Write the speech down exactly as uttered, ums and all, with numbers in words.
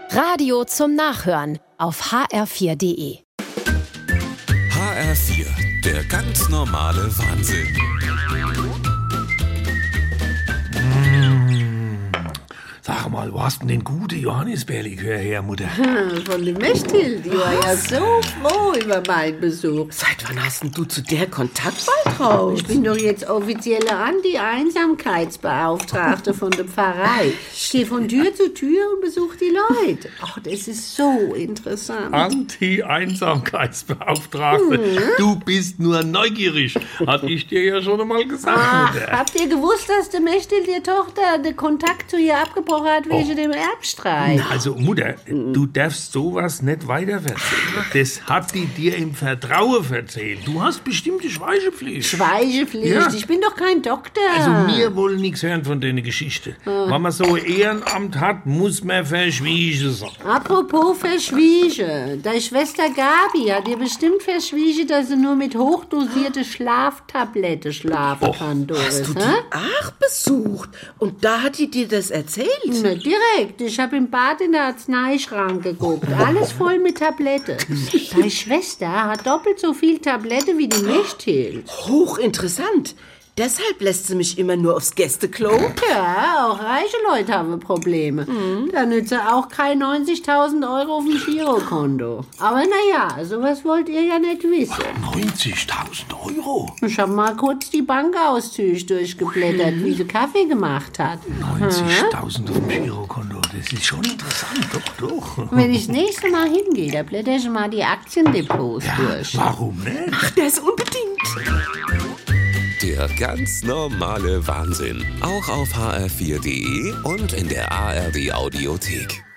Radio zum Nachhören auf h r vier punkt d e. H R vier, der ganz normale Wahnsinn. Sag mal, wo hast denn den guten Johannisbeerlikör her, Mutter? Von dem Mechthild. Die war ja so froh über meinen Besuch. Seit wann hast denn du zu der Kontakt bald raus? Ich bin doch jetzt offizielle Anti-Einsamkeitsbeauftragte von der Pfarrei. Ich gehe von Tür zu Tür und besuche die Leute. Ach, das ist so interessant. Anti-Einsamkeitsbeauftragte. Hm. Du bist nur neugierig. Hatte ich dir ja schon einmal gesagt, Ach, Mutter. habt ihr gewusst, dass der Mechthild, die Tochter, den Kontakt zu ihr abgebrochen hat wegen oh. dem Erbstreit? Also, Mutter, du darfst sowas nicht weiterverzählen. Das hat die dir im Vertrauen erzählt. Du hast bestimmte Schweigepflicht. Schweigepflicht? Ja. Ich bin doch kein Doktor. Also, wir wollen nichts hören von deiner Geschichte. Oh. Wenn man so ein Ehrenamt hat, muss man verschwiegen sein. Apropos verschwiegen. Deine Schwester Gabi hat dir bestimmt verschwiegen, dass sie nur mit hochdosierte Schlaftablette schlafen oh. kann, Doris. Hast du die Ach besucht? Und da hat die dir das erzählt? Na, direkt. Ich habe im Bad in der Arzneischrank geguckt. Alles voll mit Tablette. Deine Schwester hat doppelt so viel Tablette wie die Mechthild. Hochinteressant. Deshalb lässt sie mich immer nur aufs Gästeklo? Ja, auch reiche Leute haben Probleme. Mhm. Da nützt auch kein neunzigtausend Euro auf dem Girokonto. Aber naja, sowas wollt ihr ja nicht wissen. neunzigtausend Euro? Ich habe mal kurz die Bankauszüge durchgeblättert, wie sie Kaffee gemacht hat. neunzigtausend auf dem Girokonto, das ist schon interessant, doch, doch. Wenn ich das nächste Mal hingehe, da blätter ich mal die Aktiendepots ja, durch. Warum nicht? Ach, das unbedingt. Der ganz normale Wahnsinn. Auch auf h r vier punkt d e und in der A R D Audiothek.